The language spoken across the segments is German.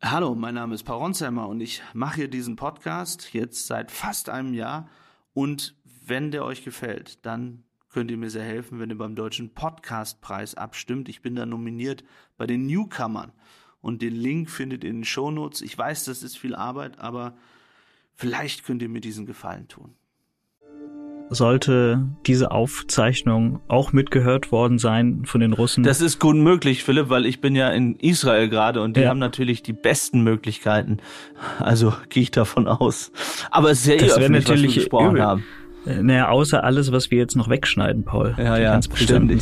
Hallo, mein Name ist Paul Ronsheimer und ich mache hier diesen Podcast jetzt seit fast einem Jahr. Und wenn der euch gefällt, dann könnt ihr mir sehr helfen, wenn ihr beim Deutschen Podcastpreis abstimmt. Ich bin da nominiert bei den Newcomern und den Link findet ihr in den Shownotes. Ich weiß, das ist viel Arbeit, aber vielleicht könnt ihr mir diesen Gefallen tun. Sollte diese Aufzeichnung auch mitgehört worden sein von den Russen? Das ist gut möglich, Philipp, weil ich bin ja in Israel gerade und die haben natürlich die besten Möglichkeiten. Also gehe ich davon aus. Aber es ist ja öffentlich, was wir gesprochen haben. Naja, außer alles, was wir jetzt noch wegschneiden, Paul. Ja, ganz ständig.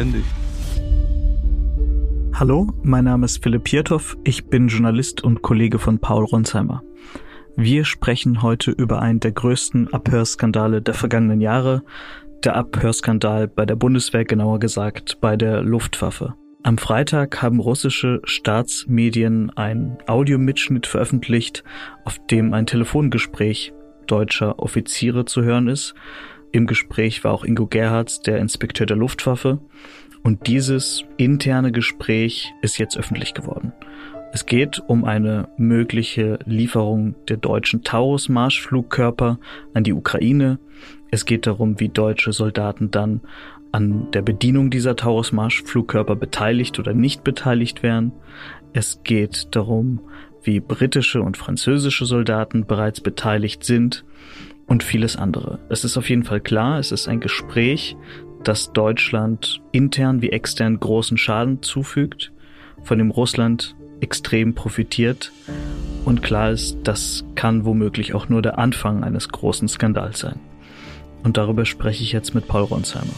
Hallo, mein Name ist Philipp Piertow. Ich bin Journalist und Kollege von Paul Ronsheimer. Wir sprechen heute über einen der größten Abhörskandale der vergangenen Jahre, der Abhörskandal bei der Bundeswehr, genauer gesagt bei der Luftwaffe. Am Freitag haben russische Staatsmedien einen Audiomitschnitt veröffentlicht, auf dem ein Telefongespräch deutscher Offiziere zu hören ist. Im Gespräch war auch Ingo Gerhards, der Inspekteur der Luftwaffe. Und dieses interne Gespräch ist jetzt öffentlich geworden. Es geht um eine mögliche Lieferung der deutschen Taurus-Marschflugkörper an die Ukraine. Es geht darum, wie deutsche Soldaten dann an der Bedienung dieser Taurus-Marschflugkörper beteiligt oder nicht beteiligt wären. Es geht darum, wie britische und französische Soldaten bereits beteiligt sind und vieles andere. Es ist auf jeden Fall klar, es ist ein Gespräch, das Deutschland intern wie extern großen Schaden zufügt, von dem Russland extrem profitiert, und klar ist, das kann womöglich auch nur der Anfang eines großen Skandals sein. Und darüber spreche ich jetzt mit Paul Ronsheimer.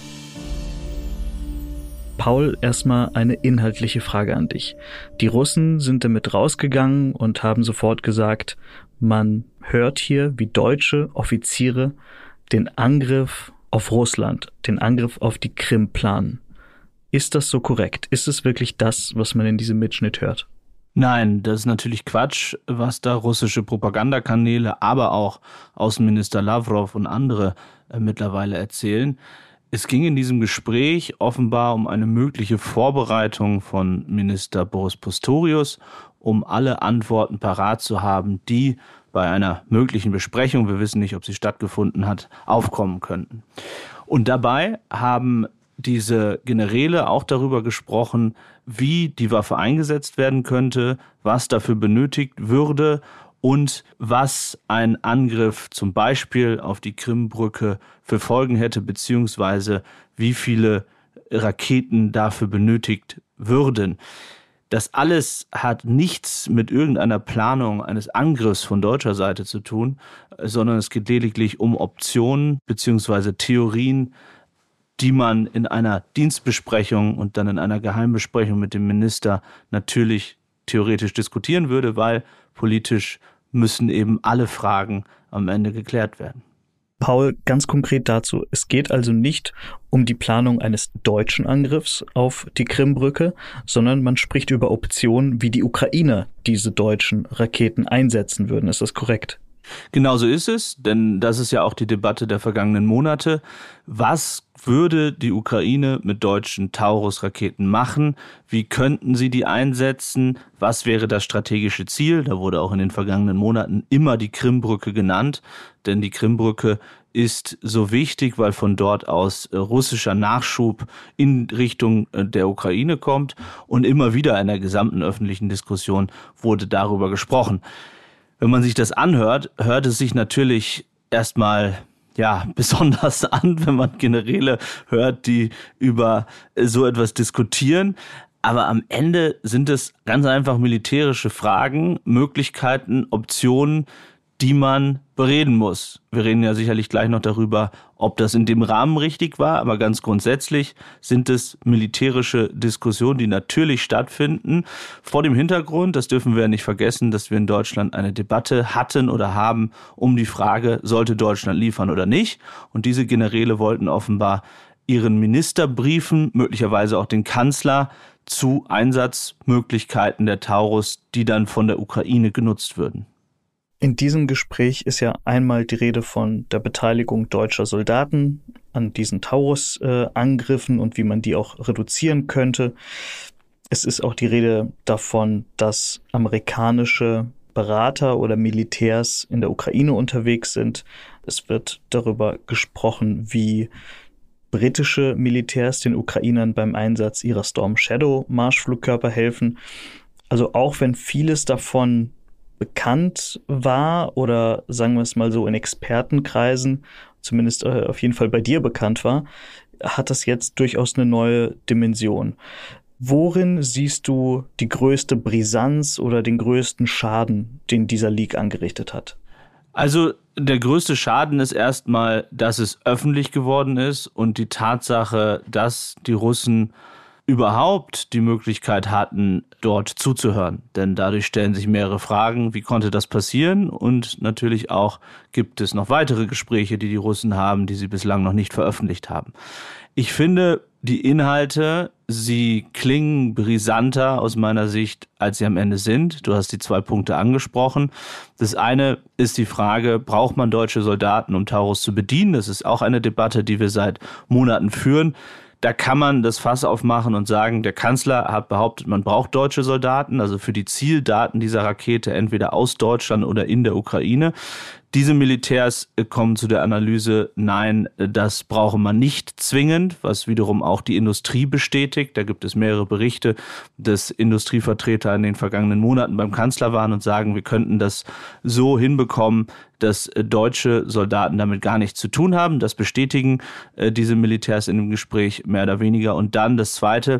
Paul, erstmal eine inhaltliche Frage an dich. Die Russen sind damit rausgegangen und haben sofort gesagt, man hört hier, wie deutsche Offiziere den Angriff auf Russland, den Angriff auf die Krim planen. Ist das so korrekt? Ist es wirklich das, was man in diesem Mitschnitt hört? Nein, das ist natürlich Quatsch, was da russische Propagandakanäle, aber auch Außenminister Lavrov und andere mittlerweile erzählen. Es ging in diesem Gespräch offenbar um eine mögliche Vorbereitung von Minister Boris Pistorius, um alle Antworten parat zu haben, die bei einer möglichen Besprechung, wir wissen nicht, ob sie stattgefunden hat, aufkommen könnten. Und dabei haben diese Generäle auch darüber gesprochen, wie die Waffe eingesetzt werden könnte, was dafür benötigt würde und was ein Angriff zum Beispiel auf die Krimbrücke für Folgen hätte, beziehungsweise wie viele Raketen dafür benötigt würden. Das alles hat nichts mit irgendeiner Planung eines Angriffs von deutscher Seite zu tun, sondern es geht lediglich um Optionen beziehungsweise Theorien, die man in einer Dienstbesprechung und dann in einer Geheimbesprechung mit dem Minister natürlich theoretisch diskutieren würde, weil politisch müssen eben alle Fragen am Ende geklärt werden. Paul, ganz konkret dazu, es geht also nicht um die Planung eines deutschen Angriffs auf die Krimbrücke, sondern man spricht über Optionen, wie die Ukrainer diese deutschen Raketen einsetzen würden. Ist das korrekt? Genau so ist es, denn das ist ja auch die Debatte der vergangenen Monate. Was würde die Ukraine mit deutschen Taurus-Raketen machen? Wie könnten sie die einsetzen? Was wäre das strategische Ziel? Da wurde auch in den vergangenen Monaten immer die Krimbrücke genannt, denn die Krimbrücke ist so wichtig, weil von dort aus russischer Nachschub in Richtung der Ukraine kommt, und immer wieder in der gesamten öffentlichen Diskussion wurde darüber gesprochen. Wenn man sich das anhört, hört es sich natürlich erstmal besonders an, wenn man Generäle hört, die über so etwas diskutieren. Aber am Ende sind es ganz einfach militärische Fragen, Möglichkeiten, Optionen, die man bereden muss. Wir reden ja sicherlich gleich noch darüber, ob das in dem Rahmen richtig war, aber ganz grundsätzlich sind es militärische Diskussionen, die natürlich stattfinden. Vor dem Hintergrund, das dürfen wir ja nicht vergessen, dass wir in Deutschland eine Debatte hatten oder haben um die Frage, sollte Deutschland liefern oder nicht? Und diese Generäle wollten offenbar ihren Minister briefen, möglicherweise auch den Kanzler, zu Einsatzmöglichkeiten der Taurus, die dann von der Ukraine genutzt würden. In diesem Gespräch ist ja einmal die Rede von der Beteiligung deutscher Soldaten an diesen Taurus-Angriffen und wie man die auch reduzieren könnte. Es ist auch die Rede davon, dass amerikanische Berater oder Militärs in der Ukraine unterwegs sind. Es wird darüber gesprochen, wie britische Militärs den Ukrainern beim Einsatz ihrer Storm Shadow Marschflugkörper helfen. Also auch wenn vieles davon bekannt war oder sagen wir es mal so in Expertenkreisen, zumindest auf jeden Fall bei dir bekannt war, hat das jetzt durchaus eine neue Dimension. Worin siehst du die größte Brisanz oder den größten Schaden, den dieser Leak angerichtet hat? Also der größte Schaden ist erstmal, dass es öffentlich geworden ist und die Tatsache, dass die Russen überhaupt die Möglichkeit hatten, dort zuzuhören. Denn dadurch stellen sich mehrere Fragen, wie konnte das passieren? Und natürlich auch gibt es noch weitere Gespräche, die Russen haben, die sie bislang noch nicht veröffentlicht haben. Ich finde, die Inhalte, sie klingen brisanter aus meiner Sicht, als sie am Ende sind. Du hast die 2 Punkte angesprochen. Das eine ist die Frage, braucht man deutsche Soldaten, um Taurus zu bedienen? Das ist auch eine Debatte, die wir seit Monaten führen. Da kann man das Fass aufmachen und sagen, der Kanzler hat behauptet, man braucht deutsche Soldaten, also für die Zieldaten dieser Rakete entweder aus Deutschland oder in der Ukraine. Diese Militärs kommen zu der Analyse, nein, das brauche man nicht zwingend, was wiederum auch die Industrie bestätigt. Da gibt es mehrere Berichte, dass Industrievertreter in den vergangenen Monaten beim Kanzler waren und sagen, wir könnten das so hinbekommen, dass deutsche Soldaten damit gar nichts zu tun haben. Das bestätigen diese Militärs in dem Gespräch mehr oder weniger. Und dann das Zweite,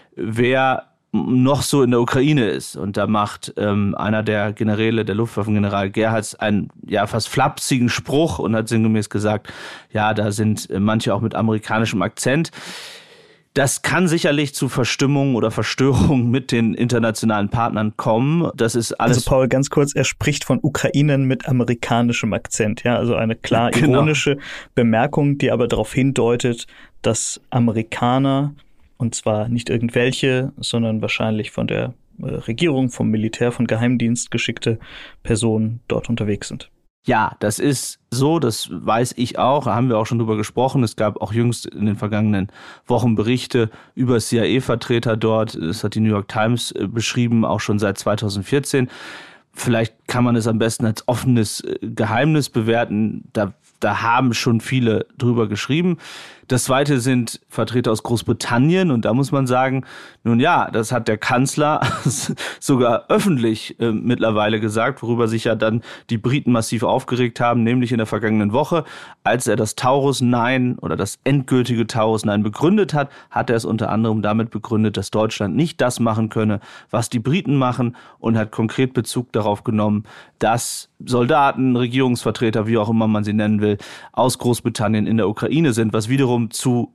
wer noch so in der Ukraine ist. Und da macht einer der Generäle, der Luftwaffengeneral Gerhards, einen fast flapsigen Spruch und hat sinngemäß gesagt, ja, da sind manche auch mit amerikanischem Akzent. Das kann sicherlich zu Verstimmung oder Verstörung mit den internationalen Partnern kommen. Das ist alles. Also Paul, ganz kurz, er spricht von Ukrainern mit amerikanischem Akzent. Ja, also eine klar ironische Bemerkung, die aber darauf hindeutet, dass Amerikaner, und zwar nicht irgendwelche, sondern wahrscheinlich von der Regierung, vom Militär, von Geheimdienst geschickte Personen dort unterwegs sind. Ja, das ist so, das weiß ich auch, da haben wir auch schon drüber gesprochen. Es gab auch jüngst in den vergangenen Wochen Berichte über CIA-Vertreter dort. Das hat die New York Times beschrieben, auch schon seit 2014. Vielleicht kann man es am besten als offenes Geheimnis bewerten. Da haben schon viele drüber geschrieben. Das Zweite sind Vertreter aus Großbritannien und da muss man sagen, nun ja, das hat der Kanzler sogar öffentlich mittlerweile gesagt, worüber sich ja dann die Briten massiv aufgeregt haben, nämlich in der vergangenen Woche, als er das Taurus-Nein oder das endgültige Taurus-Nein begründet hat, hat er es unter anderem damit begründet, dass Deutschland nicht das machen könne, was die Briten machen und hat konkret Bezug darauf genommen, dass Soldaten, Regierungsvertreter, wie auch immer man sie nennen will, aus Großbritannien in der Ukraine sind, was wiederum zu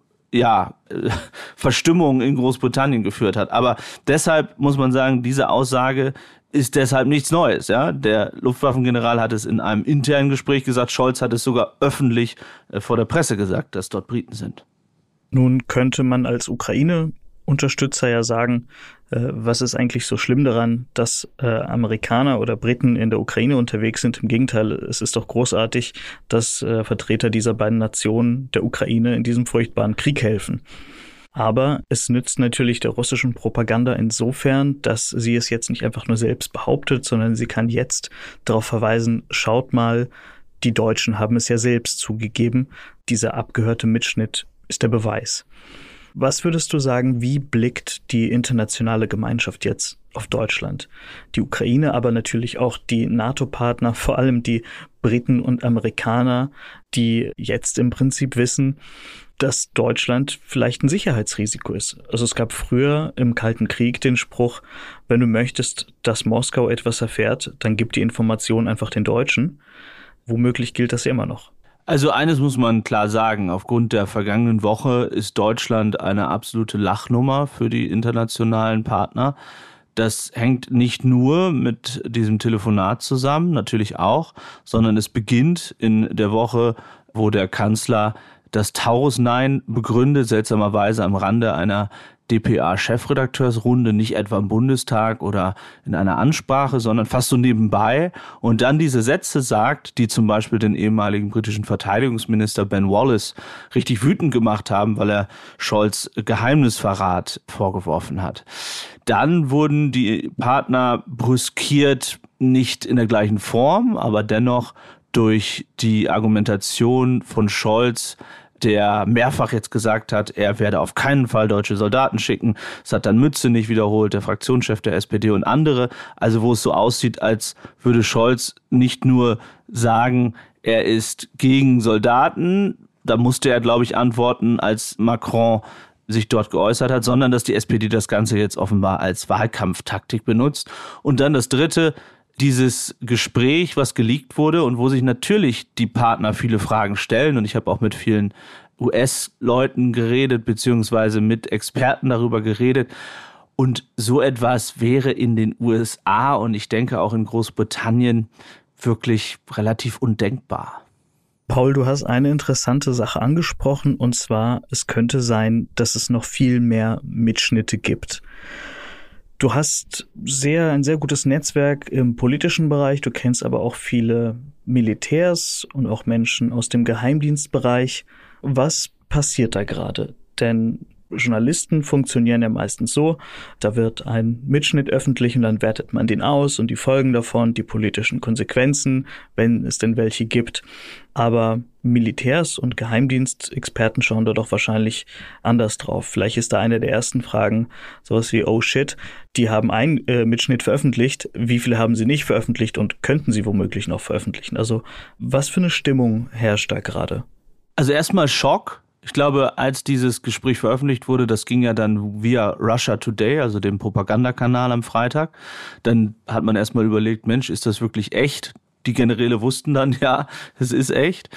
Verstimmung in Großbritannien geführt hat. Aber deshalb muss man sagen, diese Aussage ist deshalb nichts Neues. Ja? Der Luftwaffengeneral hat es in einem internen Gespräch gesagt, Scholz hat es sogar öffentlich vor der Presse gesagt, dass dort Briten sind. Nun könnte man als Ukraine-Unterstützer ja sagen, was ist eigentlich so schlimm daran, dass Amerikaner oder Briten in der Ukraine unterwegs sind? Im Gegenteil, es ist doch großartig, dass Vertreter dieser beiden Nationen der Ukraine in diesem furchtbaren Krieg helfen. Aber es nützt natürlich der russischen Propaganda insofern, dass sie es jetzt nicht einfach nur selbst behauptet, sondern sie kann jetzt darauf verweisen, schaut mal, die Deutschen haben es ja selbst zugegeben. Dieser abgehörte Mitschnitt ist der Beweis. Was würdest du sagen, wie blickt die internationale Gemeinschaft jetzt auf Deutschland? Die Ukraine, aber natürlich auch die NATO-Partner, vor allem die Briten und Amerikaner, die jetzt im Prinzip wissen, dass Deutschland vielleicht ein Sicherheitsrisiko ist. Also es gab früher im Kalten Krieg den Spruch, wenn du möchtest, dass Moskau etwas erfährt, dann gib die Information einfach den Deutschen. Womöglich gilt das ja immer noch. Also eines muss man klar sagen, aufgrund der vergangenen Woche ist Deutschland eine absolute Lachnummer für die internationalen Partner. Das hängt nicht nur mit diesem Telefonat zusammen, natürlich auch, sondern es beginnt in der Woche, wo der Kanzler das Taurus-Nein begründet, seltsamerweise am Rande einer dpa-Chefredakteursrunde, nicht etwa im Bundestag oder in einer Ansprache, sondern fast so nebenbei und dann diese Sätze sagt, die zum Beispiel den ehemaligen britischen Verteidigungsminister Ben Wallace richtig wütend gemacht haben, weil er Scholz Geheimnisverrat vorgeworfen hat. Dann wurden die Partner brüskiert, nicht in der gleichen Form, aber dennoch durch die Argumentation von Scholz, der mehrfach jetzt gesagt hat, er werde auf keinen Fall deutsche Soldaten schicken. Das hat dann Mütze nicht wiederholt, der Fraktionschef der SPD und andere. Also wo es so aussieht, als würde Scholz nicht nur sagen, er ist gegen Soldaten, da musste er, glaube ich, antworten, als Macron sich dort geäußert hat, sondern dass die SPD das Ganze jetzt offenbar als Wahlkampftaktik benutzt. Und dann das Dritte, dieses Gespräch, was geleakt wurde und wo sich natürlich die Partner viele Fragen stellen. Und ich habe auch mit vielen US-Leuten geredet, beziehungsweise mit Experten darüber geredet. Und so etwas wäre in den USA und ich denke auch in Großbritannien wirklich relativ undenkbar. Paul, du hast eine interessante Sache angesprochen, und zwar, es könnte sein, dass es noch viel mehr Mitschnitte gibt. Du hast ein sehr gutes Netzwerk im politischen Bereich, du kennst aber auch viele Militärs und auch Menschen aus dem Geheimdienstbereich. Was passiert da gerade? Denn Journalisten funktionieren ja meistens so, da wird ein Mitschnitt öffentlich und dann wertet man den aus und die Folgen davon, die politischen Konsequenzen, wenn es denn welche gibt. Aber Militärs und Geheimdienstexperten schauen da doch wahrscheinlich anders drauf. Vielleicht ist da eine der ersten Fragen sowas wie, oh shit, die haben einen Mitschnitt veröffentlicht, wie viele haben sie nicht veröffentlicht und könnten sie womöglich noch veröffentlichen? Also was für eine Stimmung herrscht da gerade? Also erstmal Schock. Ich glaube, als dieses Gespräch veröffentlicht wurde, das ging ja dann via Russia Today, also dem Propagandakanal am Freitag, dann hat man erstmal überlegt, Mensch, ist das wirklich echt? Die Generäle wussten dann, ja, es ist echt.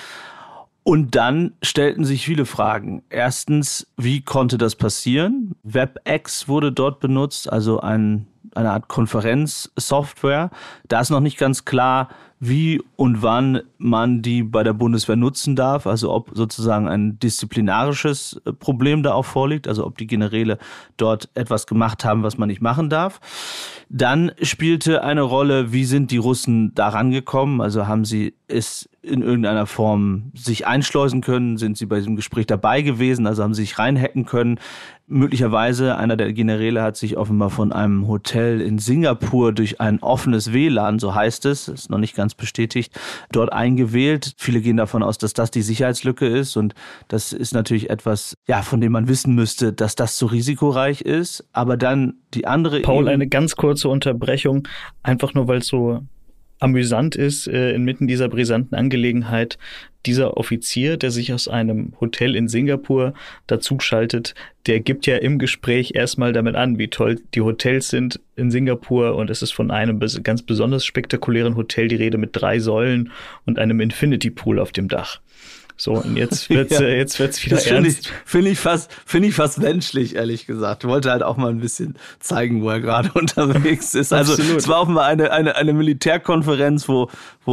Und dann stellten sich viele Fragen. Erstens, wie konnte das passieren? WebEx wurde dort benutzt, also eine Art Konferenzsoftware. Da ist noch nicht ganz klar, wie und wann man die bei der Bundeswehr nutzen darf, also ob sozusagen ein disziplinarisches Problem da auch vorliegt, also ob die Generäle dort etwas gemacht haben, was man nicht machen darf. Dann spielte eine Rolle, wie sind die Russen da rangekommen, also haben sie es in irgendeiner Form sich einschleusen können, sind sie bei diesem Gespräch dabei gewesen, also haben sie sich reinhacken können. Möglicherweise, einer der Generäle hat sich offenbar von einem Hotel in Singapur durch ein offenes WLAN, so heißt es, ist noch nicht ganz bestätigt, dort eingewählt. Viele gehen davon aus, dass das die Sicherheitslücke ist und das ist natürlich etwas, ja, von dem man wissen müsste, dass das so risikoreich ist. Aber dann die andere Paul, eine ganz kurze Unterbrechung, einfach nur, weil es so amüsant ist, inmitten dieser brisanten Angelegenheit, dieser Offizier, der sich aus einem Hotel in Singapur dazuschaltet, der gibt ja im Gespräch erstmal damit an, wie toll die Hotels sind in Singapur, und es ist von einem ganz besonders spektakulären Hotel die Rede mit 3 Säulen und einem Infinity Pool auf dem Dach. So, und jetzt wird's wieder das ernst. Finde ich fast menschlich, ehrlich gesagt. Wollte halt auch mal ein bisschen zeigen, wo er gerade unterwegs ist. Also es war offenbar eine Militärkonferenz, wo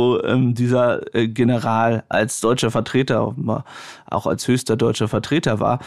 dieser General als deutscher Vertreter, offenbar auch als höchster deutscher Vertreter war.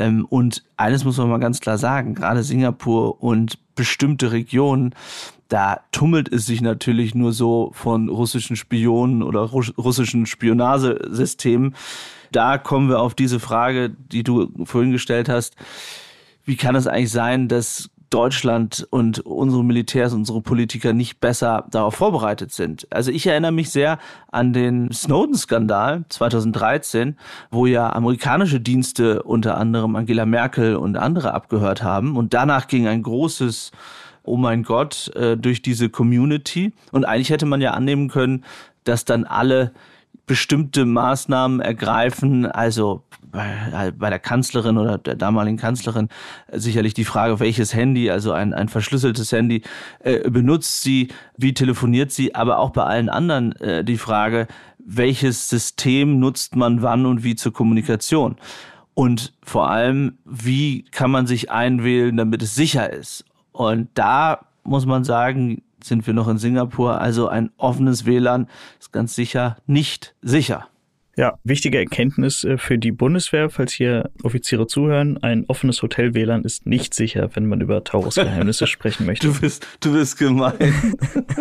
Und eines muss man mal ganz klar sagen, gerade Singapur und bestimmte Regionen, da tummelt es sich natürlich nur so von russischen Spionen oder russischen Spionagesystemen. Da kommen wir auf diese Frage, die du vorhin gestellt hast. Wie kann es eigentlich sein, dass Deutschland und unsere Militärs, unsere Politiker nicht besser darauf vorbereitet sind? Also ich erinnere mich sehr an den Snowden-Skandal 2013, wo ja amerikanische Dienste unter anderem Angela Merkel und andere abgehört haben. Und danach ging ein großes oh mein Gott, durch diese Community. Und eigentlich hätte man ja annehmen können, dass dann alle bestimmte Maßnahmen ergreifen, also bei der Kanzlerin oder der damaligen Kanzlerin sicherlich die Frage, welches Handy, also ein verschlüsseltes Handy, benutzt sie, wie telefoniert sie, aber auch bei allen anderen die Frage, welches System nutzt man wann und wie zur Kommunikation. Und vor allem, wie kann man sich einwählen, damit es sicher ist. Und da muss man sagen, sind wir noch in Singapur, also ein offenes WLAN ist ganz sicher nicht sicher. Ja, wichtige Erkenntnis für die Bundeswehr, falls hier Offiziere zuhören. Ein offenes Hotel-WLAN ist nicht sicher, wenn man über Taurus-Geheimnisse sprechen möchte. Du bist gemein.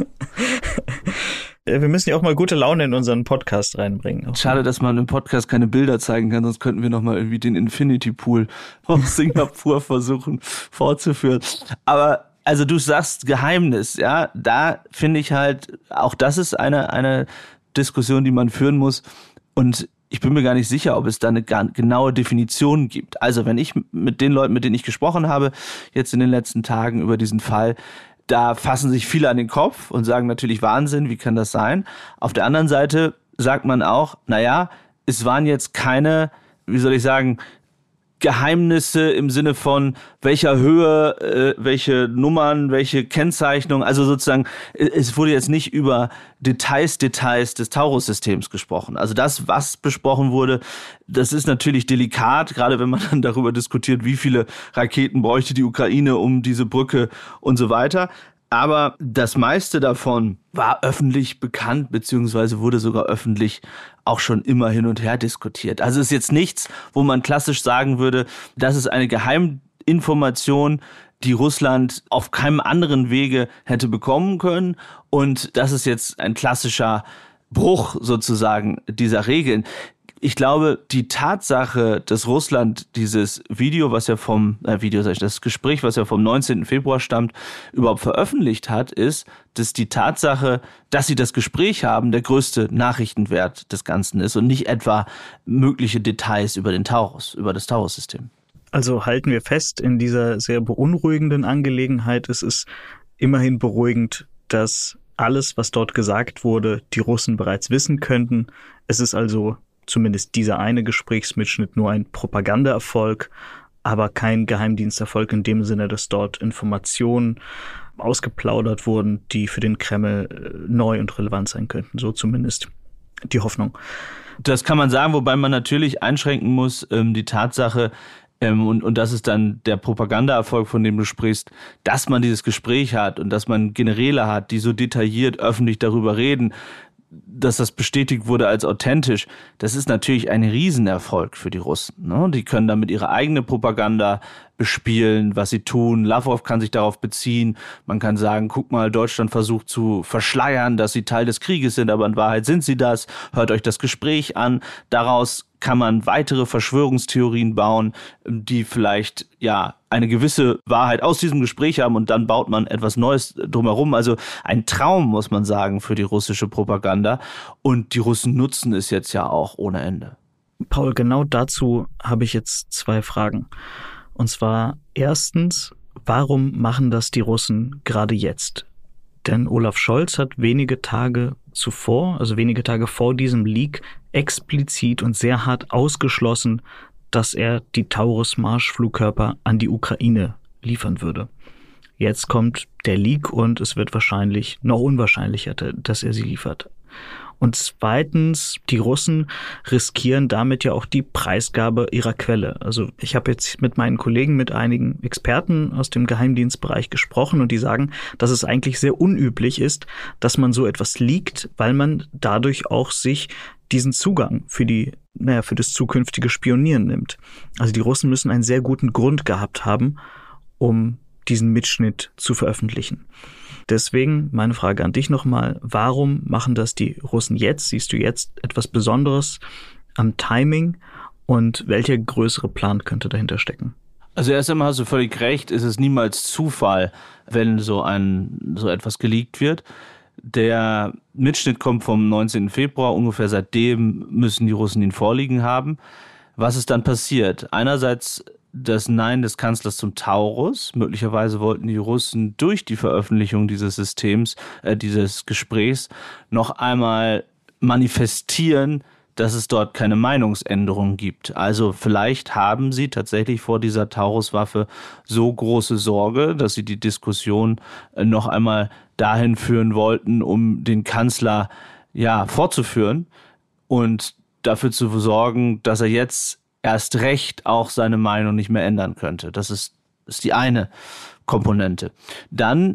Wir müssen ja auch mal gute Laune in unseren Podcast reinbringen. Schade, dass man im Podcast keine Bilder zeigen kann, sonst könnten wir nochmal irgendwie den Infinity Pool aus Singapur versuchen fortzuführen. Aber also du sagst Geheimnis, ja, da finde ich halt, auch das ist eine Diskussion, die man führen muss. Und ich bin mir gar nicht sicher, ob es da eine genaue Definition gibt. Also wenn ich mit den Leuten, mit denen ich gesprochen habe, jetzt in den letzten Tagen über diesen Fall, da fassen sich viele an den Kopf und sagen natürlich Wahnsinn, wie kann das sein? Auf der anderen Seite sagt man auch, naja, es waren jetzt keine, wie soll ich sagen, Geheimnisse im Sinne von welcher Höhe, welche Nummern, welche Kennzeichnung, also sozusagen, es wurde jetzt nicht über Details des Taurus-Systems gesprochen. Also das, was besprochen wurde, das ist natürlich delikat, gerade wenn man dann darüber diskutiert, wie viele Raketen bräuchte die Ukraine um diese Brücke und so weiter. Aber das meiste davon war öffentlich bekannt, beziehungsweise wurde sogar öffentlich auch schon immer hin und her diskutiert. Also ist jetzt nichts, wo man klassisch sagen würde, das ist eine Geheiminformation, die Russland auf keinem anderen Wege hätte bekommen können. Und das ist jetzt ein klassischer Bruch sozusagen dieser Regeln. Ich glaube, die Tatsache, dass Russland dieses Video, was ja das Gespräch, was ja vom 19. Februar stammt, überhaupt veröffentlicht hat, ist, dass die Tatsache, dass sie das Gespräch haben, der größte Nachrichtenwert des Ganzen ist und nicht etwa mögliche Details über den Taurus, über das Taurus-System. Also halten wir fest, in dieser sehr beunruhigenden Angelegenheit ist es immerhin beruhigend, dass alles, was dort gesagt wurde, die Russen bereits wissen könnten. Es ist also zumindest dieser eine Gesprächsmitschnitt nur ein Propagandaerfolg, aber kein Geheimdiensterfolg in dem Sinne, dass dort Informationen ausgeplaudert wurden, die für den Kreml neu und relevant sein könnten. So zumindest die Hoffnung. Das kann man sagen, wobei man natürlich einschränken muss, die Tatsache, und das ist dann der Propagandaerfolg, von dem du sprichst, dass man dieses Gespräch hat und dass man Generäle hat, die so detailliert öffentlich darüber reden, dass das bestätigt wurde als authentisch, das ist natürlich ein Riesenerfolg für die Russen. Ne? Die können damit ihre eigene Propaganda bespielen, was sie tun. Lavrov kann sich darauf beziehen. Man kann sagen, guck mal, Deutschland versucht zu verschleiern, dass sie Teil des Krieges sind, aber in Wahrheit sind sie das. Hört euch das Gespräch an. Daraus kann man weitere Verschwörungstheorien bauen, die vielleicht eine gewisse Wahrheit aus diesem Gespräch haben und dann baut man etwas Neues drumherum. Also ein Traum, muss man sagen, für die russische Propaganda. Und die Russen nutzen es jetzt ja auch ohne Ende. Paul, genau dazu habe ich jetzt 2 Fragen. Und zwar erstens, warum machen das die Russen gerade jetzt? Denn Olaf Scholz hat wenige Tage vor diesem Leak, explizit und sehr hart ausgeschlossen, dass er die Taurus-Marschflugkörper an die Ukraine liefern würde. Jetzt kommt der Leak und es wird wahrscheinlich noch unwahrscheinlicher, dass er sie liefert. Und zweitens, die Russen riskieren damit ja auch die Preisgabe ihrer Quelle. Also ich habe jetzt mit meinen Kollegen, mit einigen Experten aus dem Geheimdienstbereich gesprochen und die sagen, dass es eigentlich sehr unüblich ist, dass man so etwas leakt, weil man dadurch auch sich diesen Zugang für das zukünftige Spionieren nimmt. Also die Russen müssen einen sehr guten Grund gehabt haben, um diesen Mitschnitt zu veröffentlichen. Deswegen meine Frage an dich nochmal, warum machen das die Russen jetzt? Siehst du jetzt etwas Besonderes am Timing und welcher größere Plan könnte dahinter stecken? Also erst einmal hast du völlig recht, es ist niemals Zufall, wenn so etwas geleakt wird. Der Mitschnitt kommt vom 19. Februar, ungefähr seitdem müssen die Russen ihn vorliegen haben. Was ist dann passiert? Einerseits das Nein des Kanzlers zum Taurus. Möglicherweise wollten die Russen durch die Veröffentlichung dieses Systems, dieses Gesprächs, noch einmal manifestieren, dass es dort keine Meinungsänderung gibt. Also vielleicht haben sie tatsächlich vor dieser Taurus-Waffe so große Sorge, dass sie die Diskussion noch einmal dahin führen wollten, um den Kanzler fortzuführen und dafür zu sorgen, dass er jetzt erst recht auch seine Meinung nicht mehr ändern könnte. Das ist die eine Komponente. Dann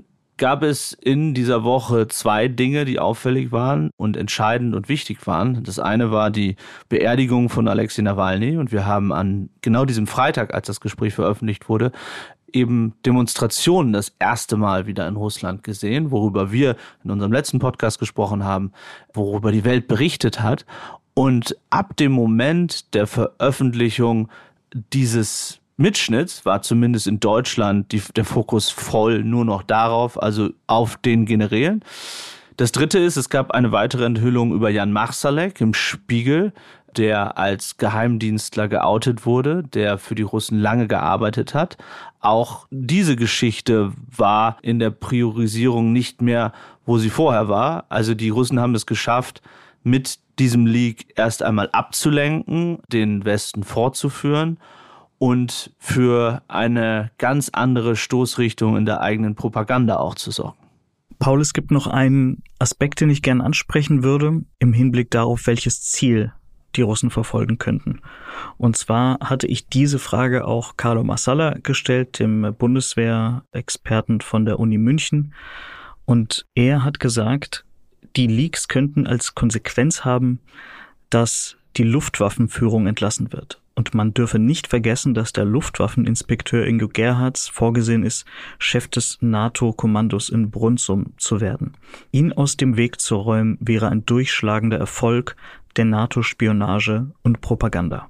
gab es in dieser Woche 2 Dinge, die auffällig waren und entscheidend und wichtig waren. Das eine war die Beerdigung von Alexei Nawalny und wir haben an genau diesem Freitag, als das Gespräch veröffentlicht wurde, eben Demonstrationen das erste Mal wieder in Russland gesehen, worüber wir in unserem letzten Podcast gesprochen haben, worüber die Welt berichtet hat. Und ab dem Moment der Veröffentlichung dieses Mitschnitts war zumindest in Deutschland der Fokus voll nur noch darauf, also auf den Generälen. Das Dritte ist, es gab eine weitere Enthüllung über Jan Marsalek im Spiegel, der als Geheimdienstler geoutet wurde, der für die Russen lange gearbeitet hat. Auch diese Geschichte war in der Priorisierung nicht mehr, wo sie vorher war. Also die Russen haben es geschafft, mit diesem Leak erst einmal abzulenken, den Westen fortzuführen und für eine ganz andere Stoßrichtung in der eigenen Propaganda auch zu sorgen. Paul, es gibt noch einen Aspekt, den ich gerne ansprechen würde, im Hinblick darauf, welches Ziel die Russen verfolgen könnten. Und zwar hatte ich diese Frage auch Carlo Massala gestellt, dem Bundeswehrexperten von der Uni München. Und er hat gesagt, die Leaks könnten als Konsequenz haben, dass die Luftwaffenführung entlassen wird. Und man dürfe nicht vergessen, dass der Luftwaffeninspekteur Ingo Gerhards vorgesehen ist, Chef des NATO-Kommandos in Brunssum zu werden. Ihn aus dem Weg zu räumen, wäre ein durchschlagender Erfolg der NATO-Spionage und Propaganda.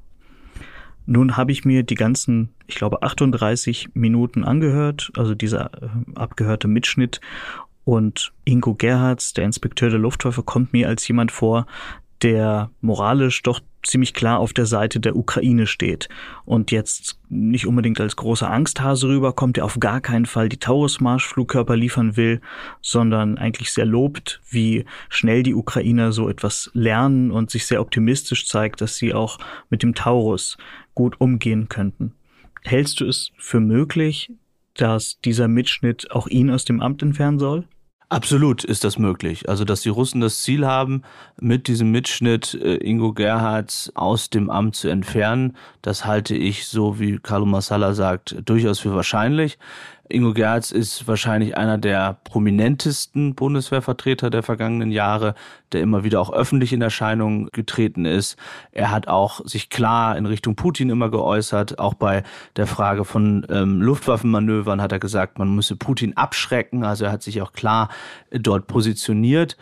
Nun habe ich mir die ganzen, ich glaube 38 Minuten angehört, also dieser abgehörte Mitschnitt. Und Ingo Gerhards, der Inspekteur der Luftwaffe, kommt mir als jemand vor, der moralisch doch ziemlich klar auf der Seite der Ukraine steht und jetzt nicht unbedingt als großer Angsthase rüberkommt, der auf gar keinen Fall die Taurus-Marschflugkörper liefern will, sondern eigentlich sehr lobt, wie schnell die Ukrainer so etwas lernen und sich sehr optimistisch zeigt, dass sie auch mit dem Taurus gut umgehen könnten. Hältst du es für möglich, dass dieser Mitschnitt auch ihn aus dem Amt entfernen soll? Absolut ist das möglich. Also, dass die Russen das Ziel haben, mit diesem Mitschnitt Ingo Gerhards aus dem Amt zu entfernen, das halte ich, so wie Carlo Massala sagt, durchaus für wahrscheinlich. Ingo Gerhards ist wahrscheinlich einer der prominentesten Bundeswehrvertreter der vergangenen Jahre, der immer wieder auch öffentlich in Erscheinung getreten ist. Er hat auch sich klar in Richtung Putin immer geäußert. Auch bei der Frage von Luftwaffenmanövern hat er gesagt, man müsse Putin abschrecken. Also er hat sich auch klar dort positioniert.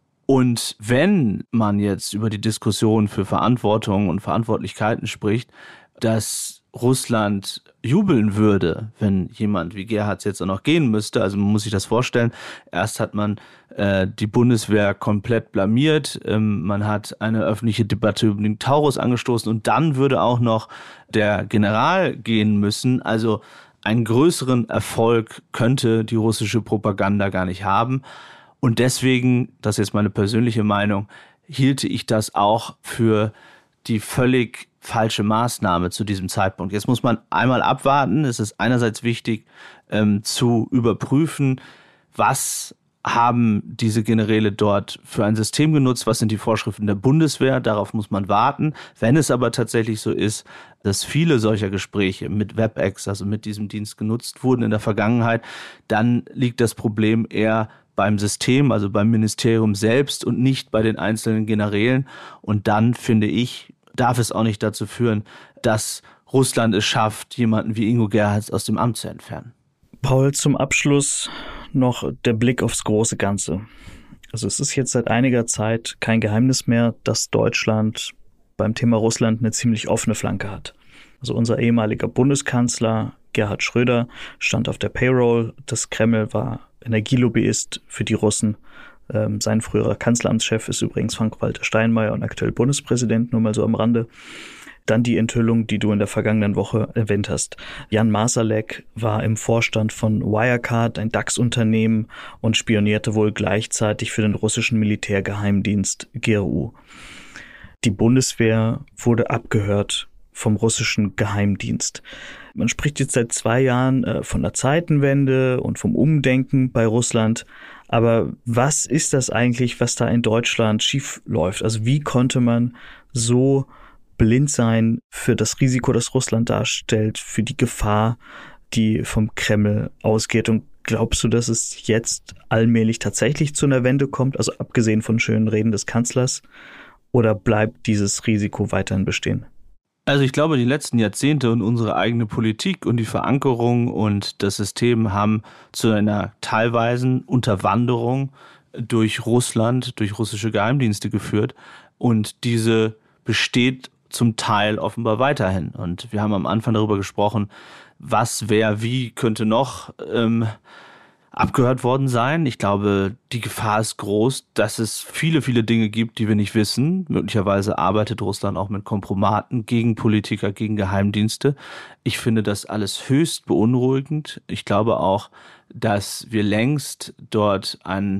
Und wenn man jetzt über die Diskussion für Verantwortung und Verantwortlichkeiten spricht, dass Russland jubeln würde, wenn jemand wie Gerhards jetzt auch noch gehen müsste. Also man muss sich das vorstellen. Erst hat man die Bundeswehr komplett blamiert. Man hat eine öffentliche Debatte über den Taurus angestoßen und dann würde auch noch der General gehen müssen. Also einen größeren Erfolg könnte die russische Propaganda gar nicht haben. Und deswegen, das ist jetzt meine persönliche Meinung, hielte ich das auch für die völlig falsche Maßnahme zu diesem Zeitpunkt. Jetzt muss man einmal abwarten. Es ist einerseits wichtig zu überprüfen, was haben diese Generäle dort für ein System genutzt, was sind die Vorschriften der Bundeswehr, darauf muss man warten. Wenn es aber tatsächlich so ist, dass viele solcher Gespräche mit WebEx, also mit diesem Dienst genutzt wurden in der Vergangenheit, dann liegt das Problem eher beim System, also beim Ministerium selbst und nicht bei den einzelnen Generälen. Und dann, finde ich, darf es auch nicht dazu führen, dass Russland es schafft, jemanden wie Ingo Gerhards aus dem Amt zu entfernen. Paul, zum Abschluss noch der Blick aufs große Ganze. Also es ist jetzt seit einiger Zeit kein Geheimnis mehr, dass Deutschland beim Thema Russland eine ziemlich offene Flanke hat. Also unser ehemaliger Bundeskanzler Gerhard Schröder stand auf der Payroll des Kreml, war Energielobbyist für die Russen. Sein früherer Kanzleramtschef ist übrigens Frank-Walter Steinmeier und aktuell Bundespräsident, nur mal so am Rande. Dann die Enthüllung, die du in der vergangenen Woche erwähnt hast. Jan Marsalek war im Vorstand von Wirecard, ein DAX-Unternehmen, und spionierte wohl gleichzeitig für den russischen Militärgeheimdienst GRU. Die Bundeswehr wurde abgehört vom russischen Geheimdienst. Man spricht jetzt seit 2 Jahren von der Zeitenwende und vom Umdenken bei Russland. Aber was ist das eigentlich, was da in Deutschland schief läuft? Also wie konnte man so blind sein für das Risiko, das Russland darstellt, für die Gefahr, die vom Kreml ausgeht? Und Glaubst du, dass es jetzt allmählich tatsächlich zu einer Wende kommt, also abgesehen von schönen Reden des Kanzlers, oder bleibt dieses Risiko weiterhin bestehen? Also ich glaube, die letzten Jahrzehnte und unsere eigene Politik und die Verankerung und das System haben zu einer teilweisen Unterwanderung durch Russland, durch russische Geheimdienste geführt. Und diese besteht zum Teil offenbar weiterhin. Und wir haben am Anfang darüber gesprochen, was, wer, wie könnte noch abgehört worden sein. Ich glaube, die Gefahr ist groß, dass es viele, viele Dinge gibt, die wir nicht wissen. Möglicherweise arbeitet Russland auch mit Kompromaten gegen Politiker, gegen Geheimdienste. Ich finde das alles höchst beunruhigend. Ich glaube auch, dass wir längst dort einen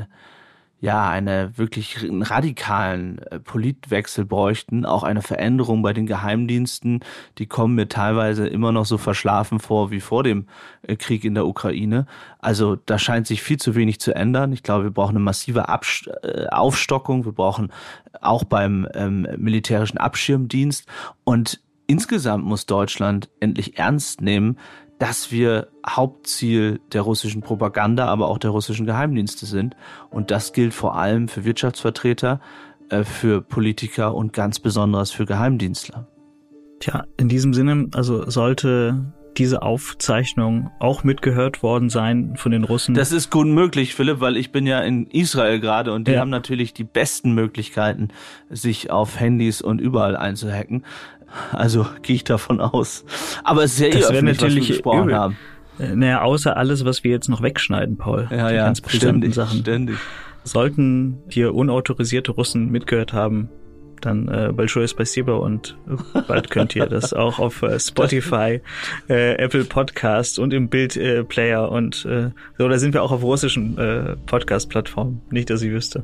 wirklich radikalen Politwechsel bräuchten, auch eine Veränderung bei den Geheimdiensten. Die kommen mir teilweise immer noch so verschlafen vor wie vor dem Krieg in der Ukraine. Also da scheint sich viel zu wenig zu ändern. Ich glaube, wir brauchen eine massive Aufstockung. Wir brauchen auch beim militärischen Abschirmdienst. Und insgesamt muss Deutschland endlich ernst nehmen, dass wir Hauptziel der russischen Propaganda, aber auch der russischen Geheimdienste sind. Und das gilt vor allem für Wirtschaftsvertreter, für Politiker und ganz besonders für Geheimdienstler. Tja, in diesem Sinne, also sollte diese Aufzeichnung auch mitgehört worden sein von den Russen? Das ist gut möglich, Philipp, weil ich bin ja in Israel gerade und die haben natürlich die besten Möglichkeiten, sich auf Handys und überall einzuhacken. Also gehe ich davon aus. Aber es ist ja öffentlich, was wir gesprochen haben. Naja, außer alles, was wir jetzt noch wegschneiden, Paul. Ja, ganz brisanten Sachen. Ständig. Sollten hier unautorisierte Russen mitgehört haben, dann большое спасибо und bald könnt ihr das auch auf Spotify, Apple Podcast und im Bild-Player und so, da sind wir auch auf russischen Podcast-Plattformen. Nicht, dass ich wüsste.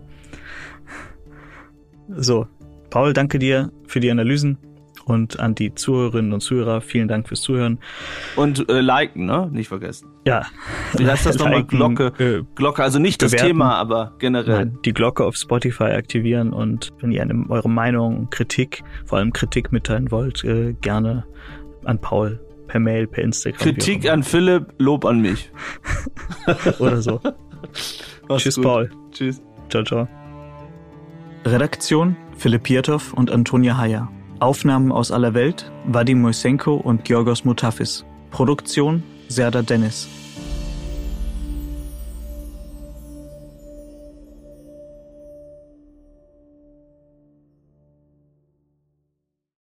So, Paul, danke dir für die Analysen. Und an die Zuhörerinnen und Zuhörer, vielen Dank fürs Zuhören. Und liken, ne? Nicht vergessen. Ja. Wie heißt das nochmal? Glocke, also nicht das bewerten, Thema, aber generell. Nein, die Glocke auf Spotify aktivieren und wenn ihr eure Meinung, Kritik, vor allem Kritik mitteilen wollt, gerne an Paul per Mail, per Instagram. Kritik an Philipp, Lob an mich. Oder so. Tschüss, gut. Paul. Tschüss. Ciao, ciao. Redaktion Philipp Piertow und Antonia Heyer. Aufnahmen aus aller Welt, Vadim Moisenko und Georgos Moutafis. Produktion Serdar Dennis.